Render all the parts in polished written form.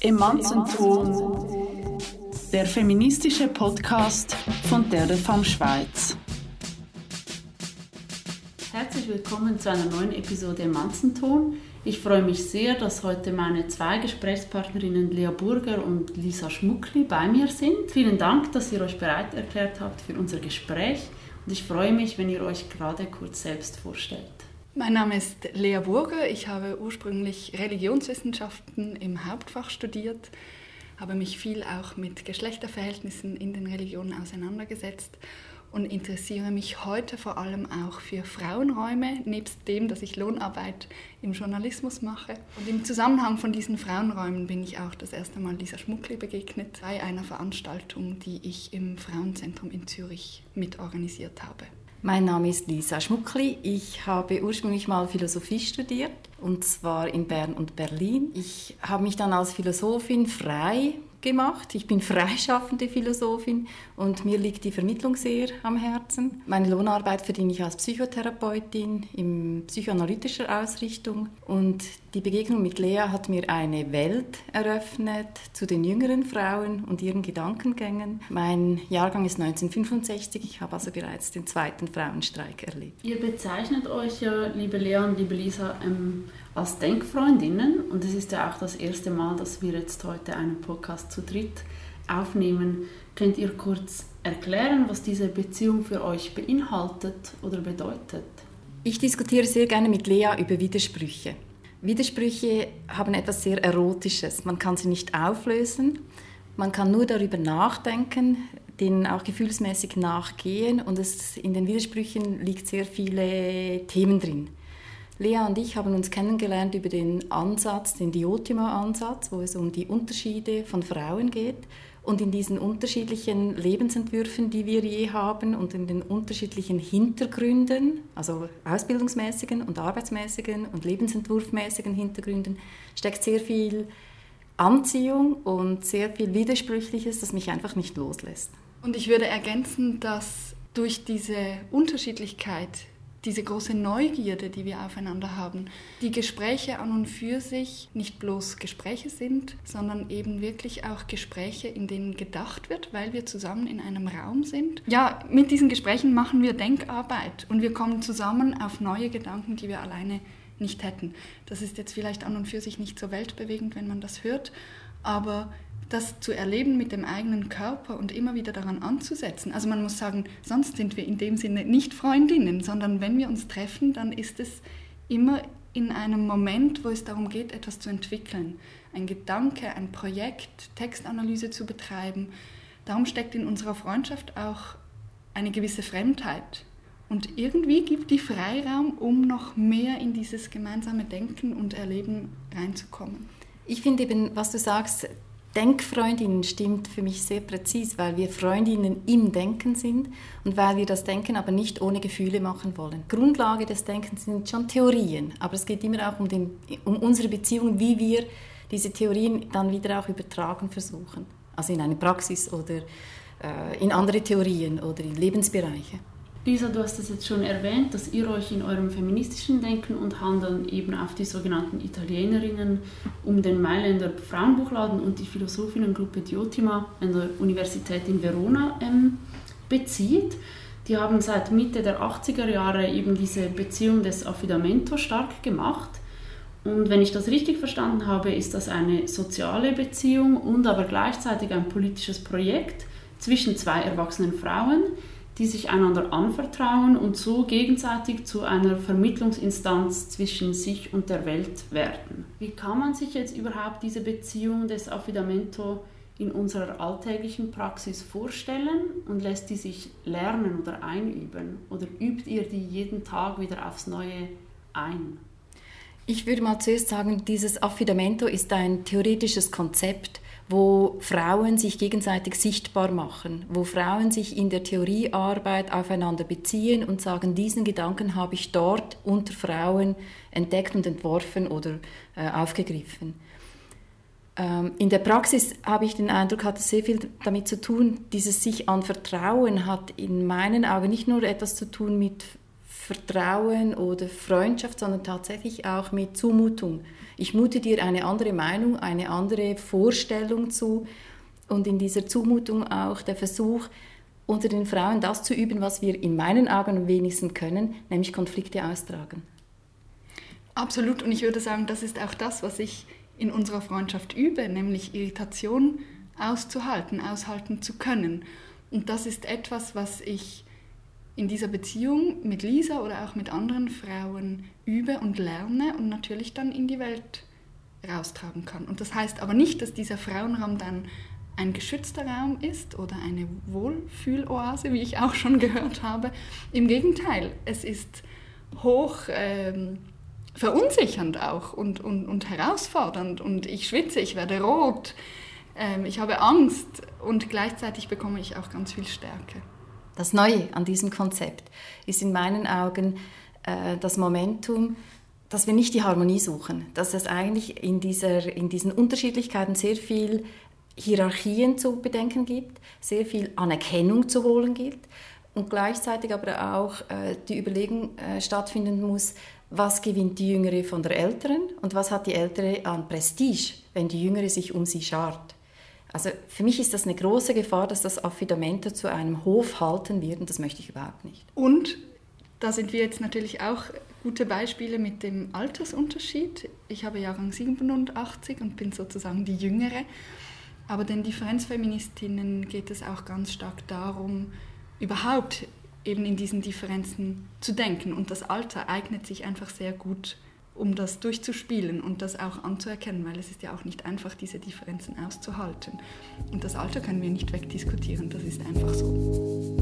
Emanzenton, der feministische Podcast von Terre de Femme Schweiz. Herzlich willkommen zu einer neuen Episode Emanzenton. Ich freue mich sehr, dass heute meine zwei Gesprächspartnerinnen Lea Burger und Lisa Schmuckli bei mir sind. Vielen Dank, dass ihr euch bereit erklärt habt für unser Gespräch und ich freue mich, wenn ihr euch gerade kurz selbst vorstellt. Mein Name ist Lea Burger, ich habe ursprünglich Religionswissenschaften im Hauptfach studiert, habe mich viel auch mit Geschlechterverhältnissen in den Religionen auseinandergesetzt und interessiere mich heute vor allem auch für Frauenräume, nebst dem, dass ich Lohnarbeit im Journalismus mache. Und im Zusammenhang von diesen Frauenräumen bin ich auch das erste Mal Lisa Schmuckli begegnet, bei einer Veranstaltung, die ich im Frauenzentrum in Zürich mitorganisiert habe. Mein Name ist Lisa Schmuckli. Ich habe ursprünglich mal Philosophie studiert, und zwar in Bern und Berlin. Ich habe mich dann als Philosophin frei gemacht. Ich bin freischaffende Philosophin und mir liegt die Vermittlung sehr am Herzen. Meine Lohnarbeit verdiene ich als Psychotherapeutin in psychoanalytischer Ausrichtung und die Begegnung mit Lea hat mir eine Welt eröffnet zu den jüngeren Frauen und ihren Gedankengängen. Mein Jahrgang ist 1965, ich habe also bereits den zweiten Frauenstreik erlebt. Ihr bezeichnet euch ja, liebe Lea und liebe Lisa, als Denkfreundinnen und es ist ja auch das erste Mal, dass wir jetzt heute einen Podcast zu dritt aufnehmen. Könnt ihr kurz erklären, was diese Beziehung für euch beinhaltet oder bedeutet? Ich diskutiere sehr gerne mit Lea über Widersprüche. Widersprüche haben etwas sehr Erotisches. Man kann sie nicht auflösen, man kann nur darüber nachdenken, denen auch gefühlsmäßig nachgehen und in den Widersprüchen liegt sehr viele Themen drin. Lea und ich haben uns kennengelernt über den Ansatz, den Diotima-Ansatz, wo es um die Unterschiede von Frauen geht. Und in diesen unterschiedlichen Lebensentwürfen, die wir je haben und in den unterschiedlichen Hintergründen, also ausbildungsmäßigen und arbeitsmäßigen und lebensentwurfmäßigen Hintergründen, steckt sehr viel Anziehung und sehr viel Widersprüchliches, das mich einfach nicht loslässt. Und ich würde ergänzen, dass durch diese Unterschiedlichkeit, diese große Neugierde, die wir aufeinander haben, die Gespräche an und für sich nicht bloß Gespräche sind, sondern eben wirklich auch Gespräche, in denen gedacht wird, weil wir zusammen in einem Raum sind. Ja, mit diesen Gesprächen machen wir Denkarbeit und wir kommen zusammen auf neue Gedanken, die wir alleine nicht hätten. Das ist jetzt vielleicht an und für sich nicht so weltbewegend, wenn man das hört, aber das zu erleben mit dem eigenen Körper und immer wieder daran anzusetzen. Also man muss sagen, sonst sind wir in dem Sinne nicht Freundinnen, sondern wenn wir uns treffen, dann ist es immer in einem Moment, wo es darum geht, etwas zu entwickeln. Ein Gedanke, ein Projekt, Textanalyse zu betreiben. Darum steckt in unserer Freundschaft auch eine gewisse Fremdheit. Und irgendwie gibt die Freiraum, um noch mehr in dieses gemeinsame Denken und Erleben reinzukommen. Ich finde eben, was du sagst, Denkfreundinnen stimmt für mich sehr präzis, weil wir Freundinnen im Denken sind und weil wir das Denken aber nicht ohne Gefühle machen wollen. Grundlage des Denkens sind schon Theorien, aber es geht immer auch um unsere Beziehung, wie wir diese Theorien dann wieder auch übertragen versuchen. Also in eine Praxis oder in andere Theorien oder in Lebensbereiche. Lisa, du hast es jetzt schon erwähnt, dass ihr euch in eurem feministischen Denken und Handeln eben auf die sogenannten Italienerinnen um den Mailänder Frauenbuchladen und die Philosophinnengruppe Diotima an der Universität in Verona bezieht. Die haben seit Mitte der 80er Jahre eben diese Beziehung des Affidamento stark gemacht. Und wenn ich das richtig verstanden habe, ist das eine soziale Beziehung und aber gleichzeitig ein politisches Projekt zwischen zwei erwachsenen Frauen, die sich einander anvertrauen und so gegenseitig zu einer Vermittlungsinstanz zwischen sich und der Welt werden. Wie kann man sich jetzt überhaupt diese Beziehung des Affidamento in unserer alltäglichen Praxis vorstellen und lässt die sich lernen oder einüben? Oder übt ihr die jeden Tag wieder aufs Neue ein? Ich würde mal zuerst sagen, dieses Affidamento ist ein theoretisches Konzept, wo Frauen sich gegenseitig sichtbar machen, wo Frauen sich in der Theoriearbeit aufeinander beziehen und sagen, diesen Gedanken habe ich dort unter Frauen entdeckt und entworfen oder aufgegriffen. In der Praxis habe ich den Eindruck, hat es sehr viel damit zu tun, dieses sich anvertrauen hat in meinen Augen nicht nur etwas zu tun mit Vertrauen oder Freundschaft, sondern tatsächlich auch mit Zumutung. Ich mute dir eine andere Meinung, eine andere Vorstellung zu und in dieser Zumutung auch der Versuch, unter den Frauen das zu üben, was wir in meinen Augen am wenigsten können, nämlich Konflikte austragen. Absolut, und ich würde sagen, das ist auch das, was ich in unserer Freundschaft übe, nämlich Irritation aushalten zu können. Und das ist etwas, was ich in dieser Beziehung mit Lisa oder auch mit anderen Frauen übe und lerne und natürlich dann in die Welt raustragen kann. Und das heißt aber nicht, dass dieser Frauenraum dann ein geschützter Raum ist oder eine Wohlfühloase, wie ich auch schon gehört habe. Im Gegenteil, es ist hoch verunsichernd auch und herausfordernd und ich schwitze, ich werde rot, ich habe Angst und gleichzeitig bekomme ich auch ganz viel Stärke. Das Neue an diesem Konzept ist in meinen Augen das Momentum, dass wir nicht die Harmonie suchen, dass es eigentlich in diesen Unterschiedlichkeiten sehr viel Hierarchien zu bedenken gibt, sehr viel Anerkennung zu holen gibt und gleichzeitig aber auch die Überlegung stattfinden muss, was gewinnt die Jüngere von der Älteren und was hat die Ältere an Prestige, wenn die Jüngere sich um sie schart. Also für mich ist das eine große Gefahr, dass das Affidamento zu einem Hof halten wird und das möchte ich überhaupt nicht. Und da sind wir jetzt natürlich auch gute Beispiele mit dem Altersunterschied. Ich habe Jahrgang 87 und bin sozusagen die Jüngere. Aber den Differenzfeministinnen geht es auch ganz stark darum, überhaupt eben in diesen Differenzen zu denken. Und das Alter eignet sich einfach sehr gut, um das durchzuspielen und das auch anzuerkennen, weil es ist ja auch nicht einfach, diese Differenzen auszuhalten. Und das Alter können wir nicht wegdiskutieren, das ist einfach so.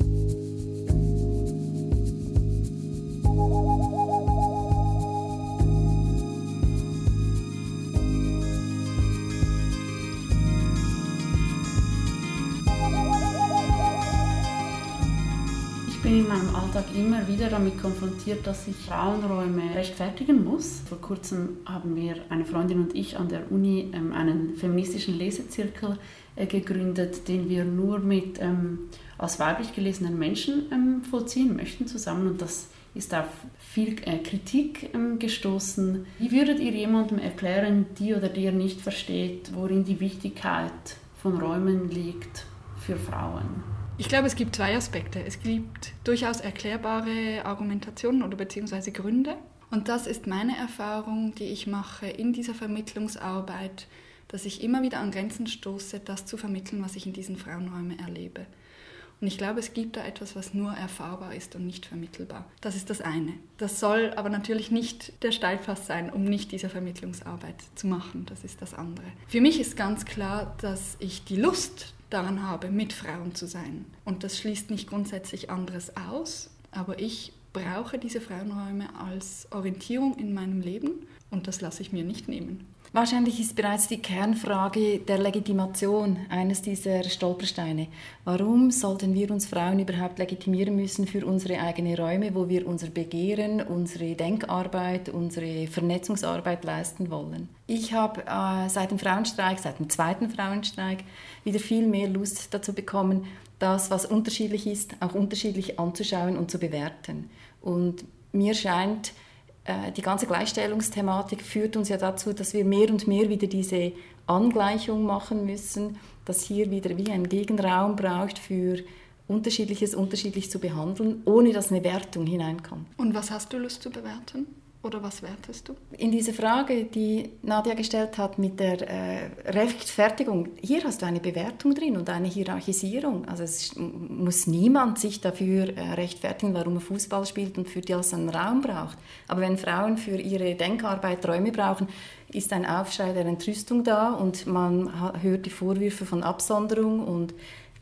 Ich bin in meinem Alltag immer wieder damit konfrontiert, dass ich Frauenräume rechtfertigen muss. Vor kurzem haben wir, eine Freundin und ich, an der Uni einen feministischen Lesezirkel gegründet, den wir nur mit als weiblich gelesenen Menschen vollziehen möchten zusammen. Und das ist auf viel Kritik gestoßen. Wie würdet ihr jemandem erklären, die oder der nicht versteht, worin die Wichtigkeit von Räumen liegt für Frauen? Ich glaube, es gibt zwei Aspekte. Es gibt durchaus erklärbare Argumentationen oder beziehungsweise Gründe. Und das ist meine Erfahrung, die ich mache in dieser Vermittlungsarbeit, dass ich immer wieder an Grenzen stoße, das zu vermitteln, was ich in diesen Frauenräumen erlebe. Und ich glaube, es gibt da etwas, was nur erfahrbar ist und nicht vermittelbar. Das ist das eine. Das soll aber natürlich nicht der Steilpass sein, um nicht diese Vermittlungsarbeit zu machen. Das ist das andere. Für mich ist ganz klar, dass ich die Lust daran habe, mit Frauen zu sein. Und das schließt nicht grundsätzlich anderes aus, aber ich brauche diese Frauenräume als Orientierung in meinem Leben und das lasse ich mir nicht nehmen. Wahrscheinlich ist bereits die Kernfrage der Legitimation eines dieser Stolpersteine. Warum sollten wir uns Frauen überhaupt legitimieren müssen für unsere eigenen Räume, wo wir unser Begehren, unsere Denkarbeit, unsere Vernetzungsarbeit leisten wollen? Ich habe seit dem zweiten Frauenstreik, wieder viel mehr Lust dazu bekommen, das, was unterschiedlich ist, auch unterschiedlich anzuschauen und zu bewerten. Und mir scheint, die ganze Gleichstellungsthematik führt uns ja dazu, dass wir mehr und mehr wieder diese Angleichung machen müssen, dass hier wieder wie ein Gegenraum braucht für Unterschiedliches unterschiedlich zu behandeln, ohne dass eine Wertung hineinkommt. Und was hast du Lust zu bewerten? Oder was wertest du? In diese Frage, die Nadja gestellt hat mit der Rechtfertigung, hier hast du eine Bewertung drin und eine Hierarchisierung. Also es muss niemand sich dafür rechtfertigen, warum er Fußball spielt und für das einen Raum braucht. Aber wenn Frauen für ihre Denkarbeit Räume brauchen, ist ein Aufschrei der Entrüstung da und man hört die Vorwürfe von Absonderung. Und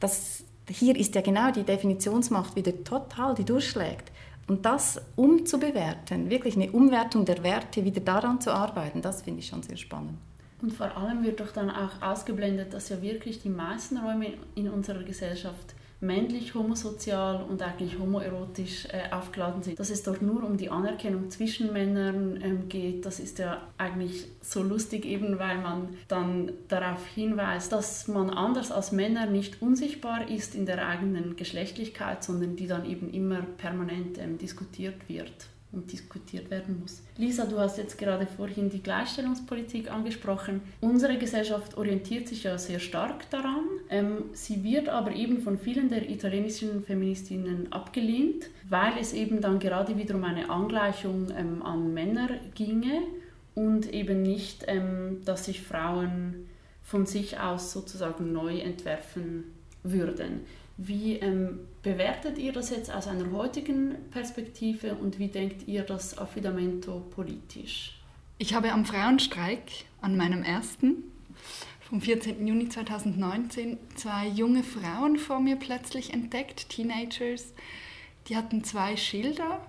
hier ist ja genau die Definitionsmacht wieder total, die durchschlägt. Und das umzubewerten, wirklich eine Umwertung der Werte, wieder daran zu arbeiten, das finde ich schon sehr spannend. Und vor allem wird doch dann auch ausgeblendet, dass ja wirklich die meisten Räume in unserer Gesellschaft männlich homosozial und eigentlich homoerotisch aufgeladen sind. Dass es dort nur um die Anerkennung zwischen Männern geht, das ist ja eigentlich so lustig, eben weil man dann darauf hinweist, dass man anders als Männer nicht unsichtbar ist in der eigenen Geschlechtlichkeit, sondern die dann eben immer permanent diskutiert wird und diskutiert werden muss. Lisa, du hast jetzt gerade vorhin die Gleichstellungspolitik angesprochen. Unsere Gesellschaft orientiert sich ja sehr stark daran. Sie wird aber eben von vielen der italienischen Feministinnen abgelehnt, weil es eben dann gerade wiederum eine Angleichung an Männer ginge und eben nicht, dass sich Frauen von sich aus sozusagen neu entwerfen würden. Wie bewertet ihr das jetzt aus einer heutigen Perspektive und wie denkt ihr das Affidamento politisch? Ich habe am Frauenstreik, an meinem ersten, vom 14. Juni 2019, 2 junge Frauen vor mir plötzlich entdeckt, Teenagers. Die hatten 2 Schilder.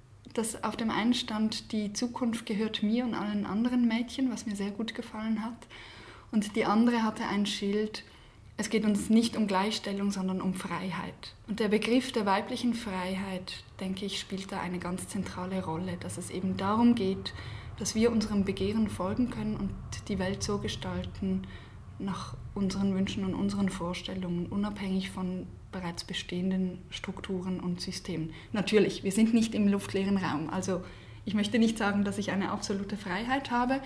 Auf dem einen stand, die Zukunft gehört mir und allen anderen Mädchen, was mir sehr gut gefallen hat. Und die andere hatte ein Schild, es geht uns nicht um Gleichstellung, sondern um Freiheit. Und der Begriff der weiblichen Freiheit, denke ich, spielt da eine ganz zentrale Rolle, dass es eben darum geht, dass wir unserem Begehren folgen können und die Welt so gestalten nach unseren Wünschen und unseren Vorstellungen, unabhängig von bereits bestehenden Strukturen und Systemen. Natürlich, wir sind nicht im luftleeren Raum. Also ich möchte nicht sagen, dass ich eine absolute Freiheit habe,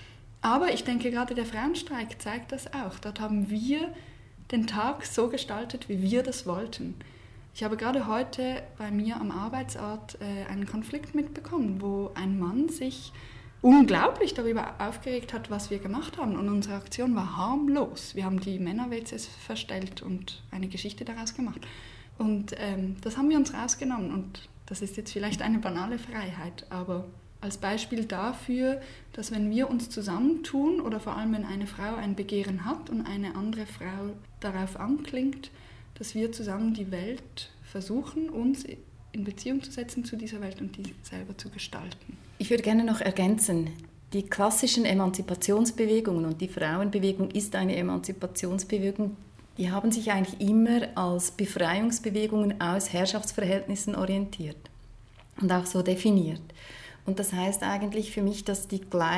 aber ich denke, gerade der Frauenstreik zeigt das auch. Dort haben wir den Tag so gestaltet, wie wir das wollten. Ich habe gerade heute bei mir am Arbeitsort einen Konflikt mitbekommen, wo ein Mann sich unglaublich darüber aufgeregt hat, was wir gemacht haben. Und unsere Aktion war harmlos. Wir haben die Männer-WCs verstellt und eine Geschichte daraus gemacht. Und das haben wir uns rausgenommen. Und das ist jetzt vielleicht eine banale Freiheit, aber als Beispiel dafür, dass wenn wir uns zusammentun oder vor allem wenn eine Frau ein Begehren hat und eine andere Frau darauf anklingt, dass wir zusammen die Welt versuchen, uns in Beziehung zu setzen zu dieser Welt und die selber zu gestalten. Ich würde gerne noch ergänzen, die klassischen Emanzipationsbewegungen und die Frauenbewegung ist eine Emanzipationsbewegung, die haben sich eigentlich immer als Befreiungsbewegungen aus Herrschaftsverhältnissen orientiert und auch so definiert. Und das heißt eigentlich für mich, dass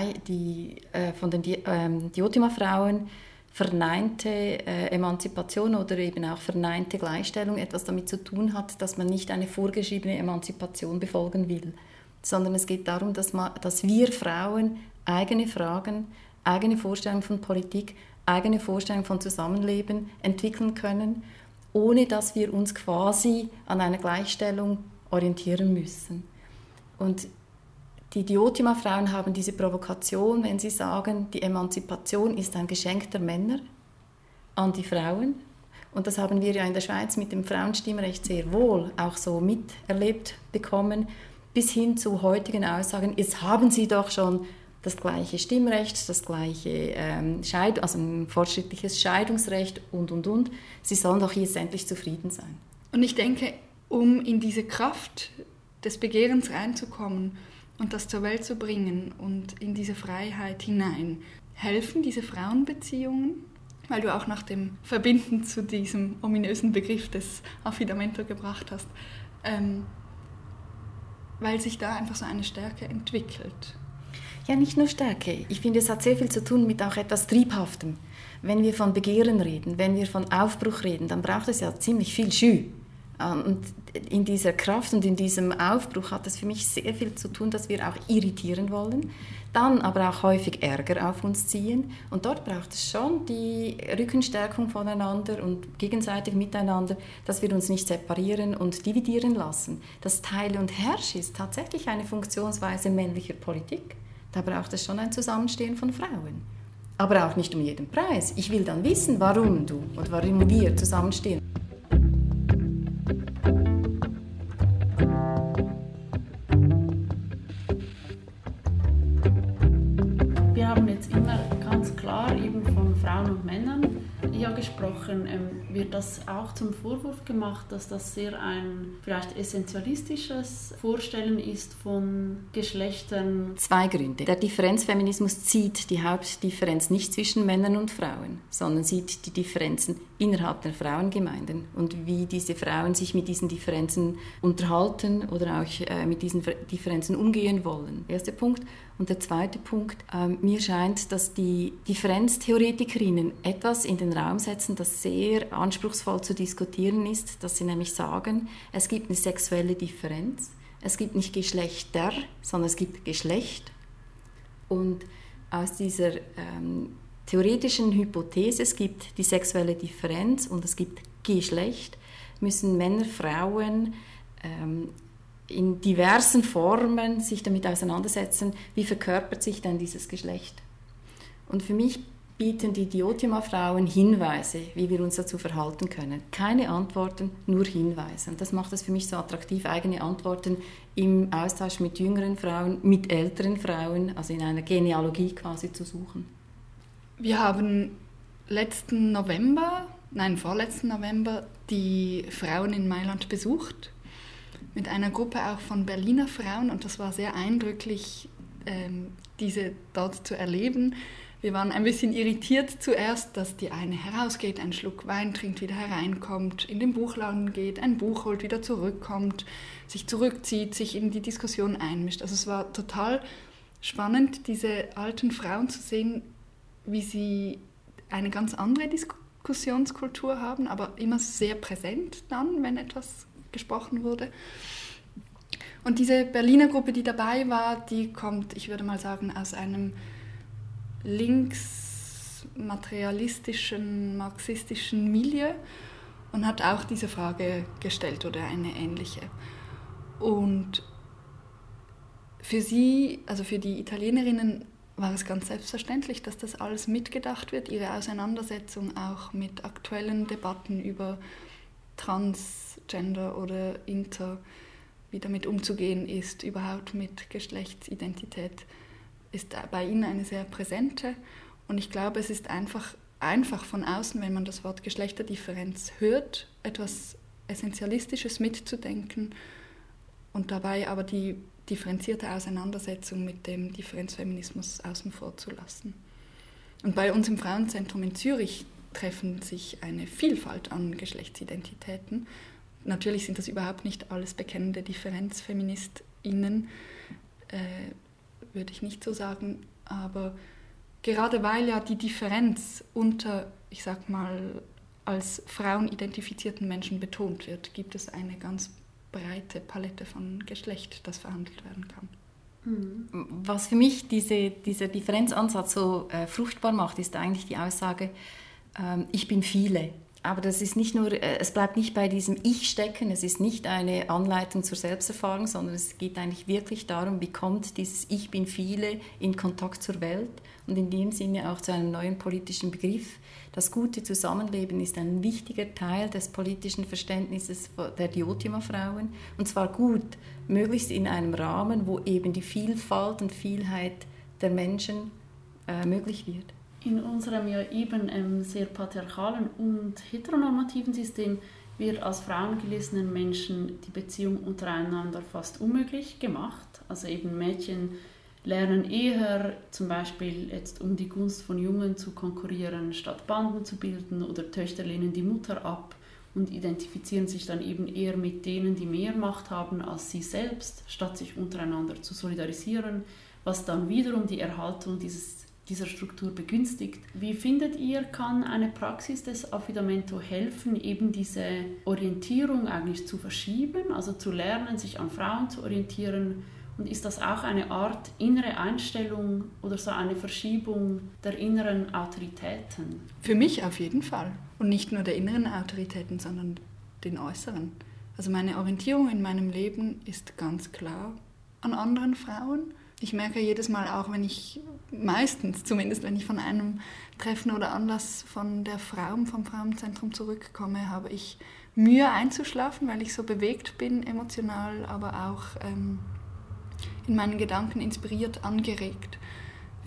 von den Diotima-Frauen verneinte Emanzipation oder eben auch verneinte Gleichstellung etwas damit zu tun hat, dass man nicht eine vorgeschriebene Emanzipation befolgen will, sondern es geht darum, dass wir Frauen eigene Fragen, eigene Vorstellungen von Politik, eigene Vorstellungen von Zusammenleben entwickeln können, ohne dass wir uns quasi an einer Gleichstellung orientieren müssen. Und die Diotima-Frauen haben diese Provokation, wenn sie sagen, die Emanzipation ist ein Geschenk der Männer an die Frauen. Und das haben wir ja in der Schweiz mit dem Frauenstimmrecht sehr wohl auch so miterlebt bekommen, bis hin zu heutigen Aussagen, jetzt haben sie doch schon das gleiche Stimmrecht, das gleiche also ein fortschrittliches Scheidungsrecht und. Sie sollen doch jetzt endlich zufrieden sein. Und ich denke, um in diese Kraft des Begehrens reinzukommen, und das zur Welt zu bringen und in diese Freiheit hinein, helfen diese Frauenbeziehungen, weil du auch nach dem Verbinden zu diesem ominösen Begriff des Affidamento gebracht hast, weil sich da einfach so eine Stärke entwickelt. Ja, nicht nur Stärke. Ich finde, es hat sehr viel zu tun mit auch etwas Triebhaftem. Wenn wir von Begehren reden, wenn wir von Aufbruch reden, dann braucht es ja ziemlich viel Jus. Und in dieser Kraft und in diesem Aufbruch hat es für mich sehr viel zu tun, dass wir auch irritieren wollen, dann aber auch häufig Ärger auf uns ziehen. Und dort braucht es schon die Rückenstärkung voneinander und gegenseitig miteinander, dass wir uns nicht separieren und dividieren lassen. Das Teil und Herrsch ist tatsächlich eine Funktionsweise männlicher Politik. Da braucht es schon ein Zusammenstehen von Frauen. Aber auch nicht um jeden Preis. Ich will dann wissen, warum du und warum wir zusammenstehen. Wir haben jetzt immer ganz klar eben von Frauen und Männern Lia gesprochen, wird das auch zum Vorwurf gemacht, dass das sehr ein vielleicht essentialistisches Vorstellen ist von Geschlechtern? 2 Gründe. Der Differenzfeminismus zieht die Hauptdifferenz nicht zwischen Männern und Frauen, sondern sieht die Differenzen innerhalb der Frauengemeinden und wie diese Frauen sich mit diesen Differenzen unterhalten oder auch mit diesen Differenzen umgehen wollen. Erster Punkt. Und der zweite Punkt, mir scheint, dass die Differenztheoretikerinnen etwas in den Raum setzen, das sehr anspruchsvoll zu diskutieren ist, dass sie nämlich sagen, es gibt eine sexuelle Differenz, es gibt nicht Geschlechter, sondern es gibt Geschlecht. Und aus dieser theoretischen Hypothese, es gibt die sexuelle Differenz und es gibt Geschlecht, müssen Männer, Frauen in diversen Formen sich damit auseinandersetzen, wie verkörpert sich denn dieses Geschlecht. Und für mich bieten die Diotima-Frauen Hinweise, wie wir uns dazu verhalten können. Keine Antworten, nur Hinweise. Und das macht es für mich so attraktiv, eigene Antworten im Austausch mit jüngeren Frauen, mit älteren Frauen, also in einer Genealogie quasi zu suchen. Wir haben vorletzten November die Frauen in Mailand besucht, mit einer Gruppe auch von Berliner Frauen, und das war sehr eindrücklich, diese dort zu erleben. Wir waren ein bisschen irritiert zuerst, dass die eine herausgeht, einen Schluck Wein trinkt, wieder hereinkommt, in den Buchladen geht, ein Buch holt, wieder zurückkommt, sich zurückzieht, sich in die Diskussion einmischt. Also es war total spannend, diese alten Frauen zu sehen, wie sie eine ganz andere Diskussionskultur haben, aber immer sehr präsent dann, wenn etwas gesprochen wurde. Und diese Berliner Gruppe, die dabei war, die kommt, ich würde mal sagen, aus einem linksmaterialistischen, marxistischen Milieu und hat auch diese Frage gestellt oder eine ähnliche. Und für sie, also für die Italienerinnen, war es ganz selbstverständlich, dass das alles mitgedacht wird, ihre Auseinandersetzung auch mit aktuellen Debatten über Transgender oder Inter, wie damit umzugehen ist, überhaupt mit Geschlechtsidentität, ist bei ihnen eine sehr präsente. Und ich glaube, es ist einfach von außen, wenn man das Wort Geschlechterdifferenz hört, etwas Essentialistisches mitzudenken und dabei aber die differenzierte Auseinandersetzung mit dem Differenzfeminismus außen vor zu lassen. Und bei uns im Frauenzentrum in Zürich treffen sich eine Vielfalt an Geschlechtsidentitäten. Natürlich sind das überhaupt nicht alles bekennende DifferenzfeministInnen, würde ich nicht so sagen, aber gerade weil ja die Differenz unter, ich sag mal, als Frauen identifizierten Menschen betont wird, gibt es eine ganz breite Palette von Geschlecht, das verhandelt werden kann. Was für mich dieser Differenzansatz so fruchtbar macht, ist eigentlich die Aussage, ich bin viele. Aber das ist nicht nur, es bleibt nicht bei diesem Ich stecken, es ist nicht eine Anleitung zur Selbsterfahrung, sondern es geht eigentlich wirklich darum, wie kommt dieses Ich bin viele in Kontakt zur Welt und in dem Sinne auch zu einem neuen politischen Begriff. Das gute Zusammenleben ist ein wichtiger Teil des politischen Verständnisses der Diotima-Frauen, und zwar gut, möglichst in einem Rahmen, wo eben die Vielfalt und Vielheit der Menschen möglich wird. In unserem ja eben sehr patriarchalen und heteronormativen System wird als frauengelesenen Menschen die Beziehung untereinander fast unmöglich gemacht. Also eben Mädchen lernen eher zum Beispiel jetzt um die Gunst von Jungen zu konkurrieren, statt Banden zu bilden, oder Töchter lehnen die Mutter ab und identifizieren sich dann eben eher mit denen, die mehr Macht haben als sie selbst, statt sich untereinander zu solidarisieren, was dann wiederum die Erhaltung dieser Struktur begünstigt. Wie findet ihr, kann eine Praxis des Affidamento helfen, eben diese Orientierung eigentlich zu verschieben, also zu lernen, sich an Frauen zu orientieren? Und ist das auch eine Art innere Einstellung oder so eine Verschiebung der inneren Autoritäten? Für mich auf jeden Fall. Und nicht nur der inneren Autoritäten, sondern den äußeren. Also meine Orientierung in meinem Leben ist ganz klar an anderen Frauen. Ich merke jedes Mal auch, meistens zumindest, wenn ich von einem Treffen oder Anlass vom Frauenzentrum zurückkomme, habe ich Mühe einzuschlafen, weil ich so bewegt bin, emotional, aber auch in meinen Gedanken inspiriert, angeregt.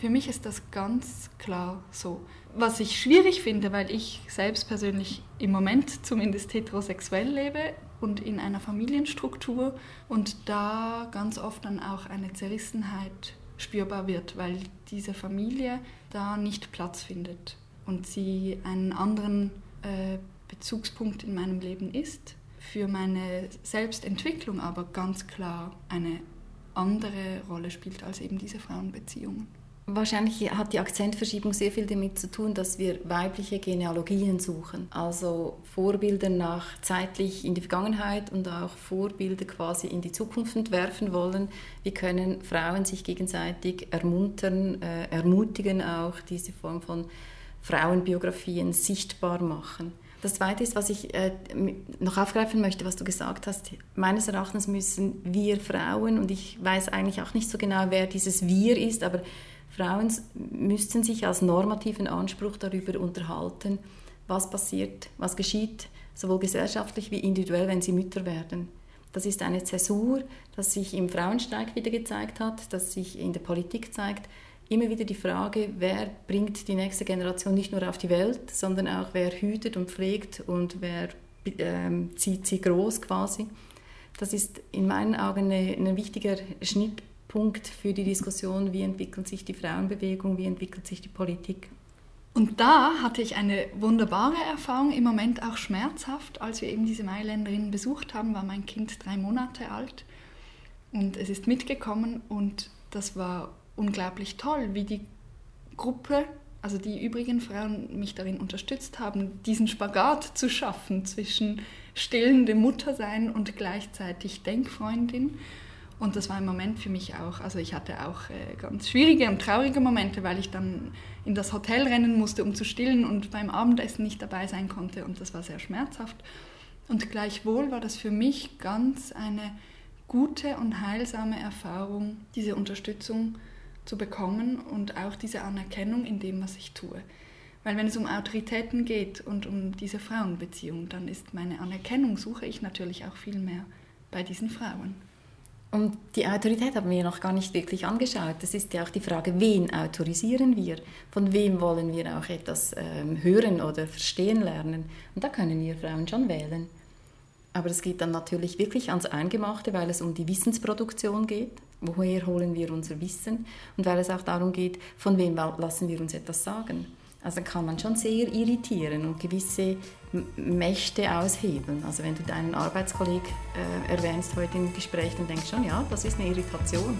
Für mich ist das ganz klar so. Was ich schwierig finde, weil ich selbst persönlich im Moment zumindest heterosexuell lebe und in einer Familienstruktur und da ganz oft dann auch eine Zerrissenheit spürbar wird, weil diese Familie da nicht Platz findet und sie einen anderen Bezugspunkt in meinem Leben ist, für meine Selbstentwicklung aber ganz klar eine andere Rolle spielt als eben diese Frauenbeziehungen. Wahrscheinlich hat die Akzentverschiebung sehr viel damit zu tun, dass wir weibliche Genealogien suchen. Also Vorbilder nach zeitlich in die Vergangenheit und auch Vorbilder quasi in die Zukunft entwerfen wollen. Wie können Frauen sich gegenseitig ermuntern, ermutigen, auch diese Form von Frauenbiografien sichtbar machen. Das Zweite ist, was ich noch aufgreifen möchte, was du gesagt hast. Meines Erachtens müssen wir Frauen, und ich weiß eigentlich auch nicht so genau, wer dieses Wir ist, aber Frauen müssten sich als normativen Anspruch darüber unterhalten, was passiert, was geschieht, sowohl gesellschaftlich wie individuell, wenn sie Mütter werden. Das ist eine Zäsur, das sich im Frauenstreik wieder gezeigt hat, das sich in der Politik zeigt. Immer wieder die Frage, wer bringt die nächste Generation nicht nur auf die Welt, sondern auch wer hütet und pflegt und wer zieht sie groß quasi. Das ist in meinen Augen ein wichtiger Schnittpunkt für die Diskussion, wie entwickelt sich die Frauenbewegung, wie entwickelt sich die Politik. Und da hatte ich eine wunderbare Erfahrung, im Moment auch schmerzhaft. Als wir eben diese Mailänderinnen besucht haben, war mein Kind 3 Monate alt und es ist mitgekommen und das war unglaublich toll, wie die Gruppe, also die übrigen Frauen, mich darin unterstützt haben, diesen Spagat zu schaffen zwischen stillendem Muttersein und gleichzeitig Denkfreundin. Und das war ein Moment für mich auch, also ich hatte auch ganz schwierige und traurige Momente, weil ich dann in das Hotel rennen musste, um zu stillen und beim Abendessen nicht dabei sein konnte und das war sehr schmerzhaft. Und gleichwohl war das für mich ganz eine gute und heilsame Erfahrung, diese Unterstützung zu bekommen und auch diese Anerkennung in dem, was ich tue. Weil wenn es um Autoritäten geht und um diese Frauenbeziehung, dann ist meine Anerkennung, suche ich natürlich auch viel mehr bei diesen Frauen. Und die Autorität haben wir noch gar nicht wirklich angeschaut. Das ist ja auch die Frage, wen autorisieren wir? Von wem wollen wir auch etwas hören oder verstehen lernen? Und da können wir Frauen schon wählen. Aber es geht dann natürlich wirklich ans Eingemachte, weil es um die Wissensproduktion geht. Woher holen wir unser Wissen? Und weil es auch darum geht, von wem lassen wir uns etwas sagen. Also kann man schon sehr irritieren und gewisse Mächte aushebeln. Also wenn du deinen Arbeitskollegen erwähnst heute im Gespräch, dann denkst du schon, ja, das ist eine Irritation.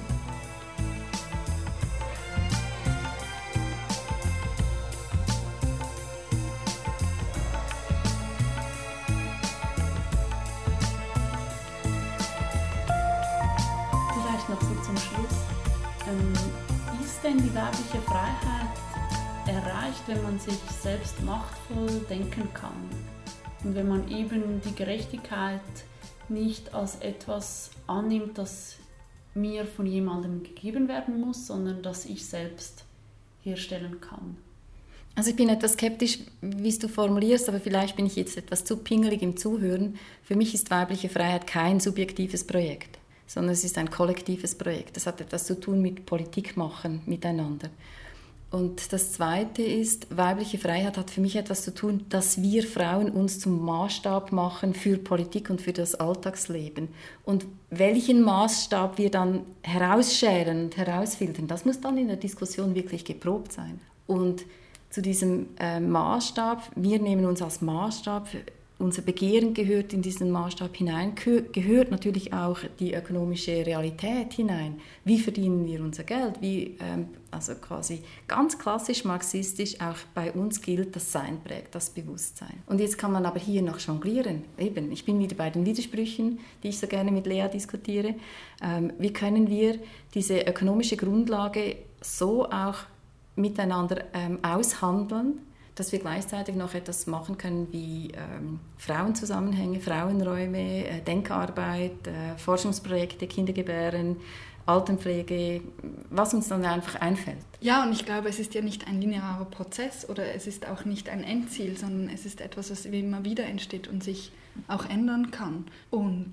Ist denn die weibliche Freiheit erreicht, wenn man sich selbst machtvoll denken kann und wenn man eben die Gerechtigkeit nicht als etwas annimmt, das mir von jemandem gegeben werden muss, sondern das ich selbst herstellen kann? Also ich bin etwas skeptisch, wie es du formulierst, aber vielleicht bin ich jetzt etwas zu pingelig im Zuhören. Für mich ist weibliche Freiheit kein subjektives Projekt, sondern es ist ein kollektives Projekt. Das hat etwas zu tun mit Politik machen, miteinander. Und das Zweite ist, weibliche Freiheit hat für mich etwas zu tun, dass wir Frauen uns zum Maßstab machen für Politik und für das Alltagsleben. Und welchen Maßstab wir dann herausschälen und herausfiltern, das muss dann in der Diskussion wirklich geprobt sein. Und zu diesem Maßstab, wir nehmen uns als Maßstab, unser Begehren gehört in diesen Maßstab hinein, gehört natürlich auch die ökonomische Realität hinein. Wie verdienen wir unser Geld? Also quasi ganz klassisch marxistisch, auch bei uns gilt, das Sein prägt das Bewusstsein. Und jetzt kann man aber hier noch jonglieren. Eben, ich bin wieder bei den Widersprüchen, die ich so gerne mit Lea diskutiere. Wie können wir diese ökonomische Grundlage so auch miteinander aushandeln, dass wir gleichzeitig noch etwas machen können wie Frauenzusammenhänge, Frauenräume, Denkarbeit, Forschungsprojekte, Kindergebären, Altenpflege, was uns dann einfach einfällt. Ja, und ich glaube, es ist ja nicht ein linearer Prozess oder es ist auch nicht ein Endziel, sondern es ist etwas, was immer wieder entsteht und sich auch ändern kann. Und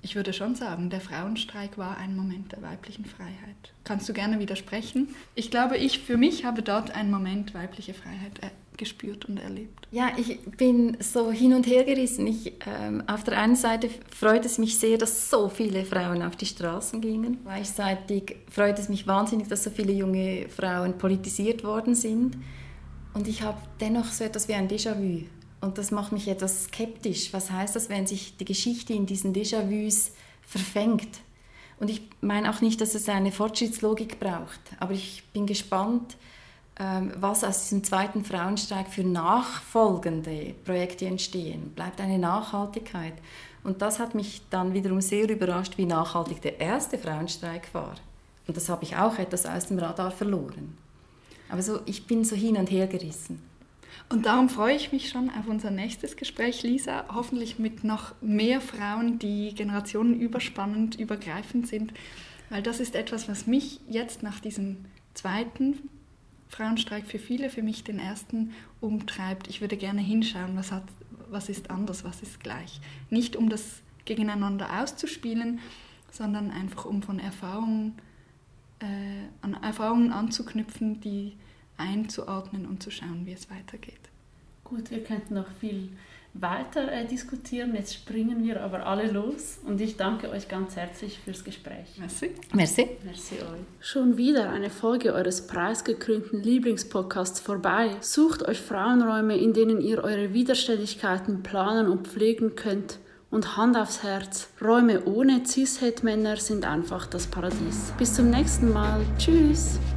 Ich würde schon sagen, der Frauenstreik war ein Moment der weiblichen Freiheit. Kannst du gerne widersprechen? Ich glaube, für mich habe dort einen Moment weibliche Freiheit gespürt und erlebt. Ja, ich bin so hin und her gerissen. Auf der einen Seite freut es mich sehr, dass so viele Frauen auf die Straßen gingen. Gleichzeitig freut es mich wahnsinnig, dass so viele junge Frauen politisiert worden sind. Und ich habe dennoch so etwas wie ein Déjà-vu. Und das macht mich etwas skeptisch. Was heißt das, wenn sich die Geschichte in diesen Déjà-vus verfängt? Und ich meine auch nicht, dass es eine Fortschrittslogik braucht. Aber ich bin gespannt, was aus diesem zweiten Frauenstreik für nachfolgende Projekte entstehen. Bleibt eine Nachhaltigkeit. Und das hat mich dann wiederum sehr überrascht, wie nachhaltig der erste Frauenstreik war. Und das habe ich auch etwas aus dem Radar verloren. Aber ich bin so hin und her gerissen. Und darum freue ich mich schon auf unser nächstes Gespräch, Lisa. Hoffentlich mit noch mehr Frauen, die generationenüberspannend, übergreifend sind. Weil das ist etwas, was mich jetzt nach diesem zweiten Frauenstreik für mich den ersten umtreibt. Ich würde gerne hinschauen, was ist anders, was ist gleich. Nicht um das gegeneinander auszuspielen, sondern einfach um von Erfahrungen anzuknüpfen, die einzuordnen und zu schauen, wie es weitergeht. Gut, wir könnten noch viel weiter diskutieren. Jetzt springen wir aber alle los und ich danke euch ganz herzlich fürs Gespräch. Merci. Merci. Merci euch. Schon wieder eine Folge eures preisgekrönten Lieblingspodcasts vorbei. Sucht euch Frauenräume, in denen ihr eure Widerständigkeiten planen und pflegen könnt. Und Hand aufs Herz, Räume ohne Cis-Het-Männer sind einfach das Paradies. Bis zum nächsten Mal. Tschüss.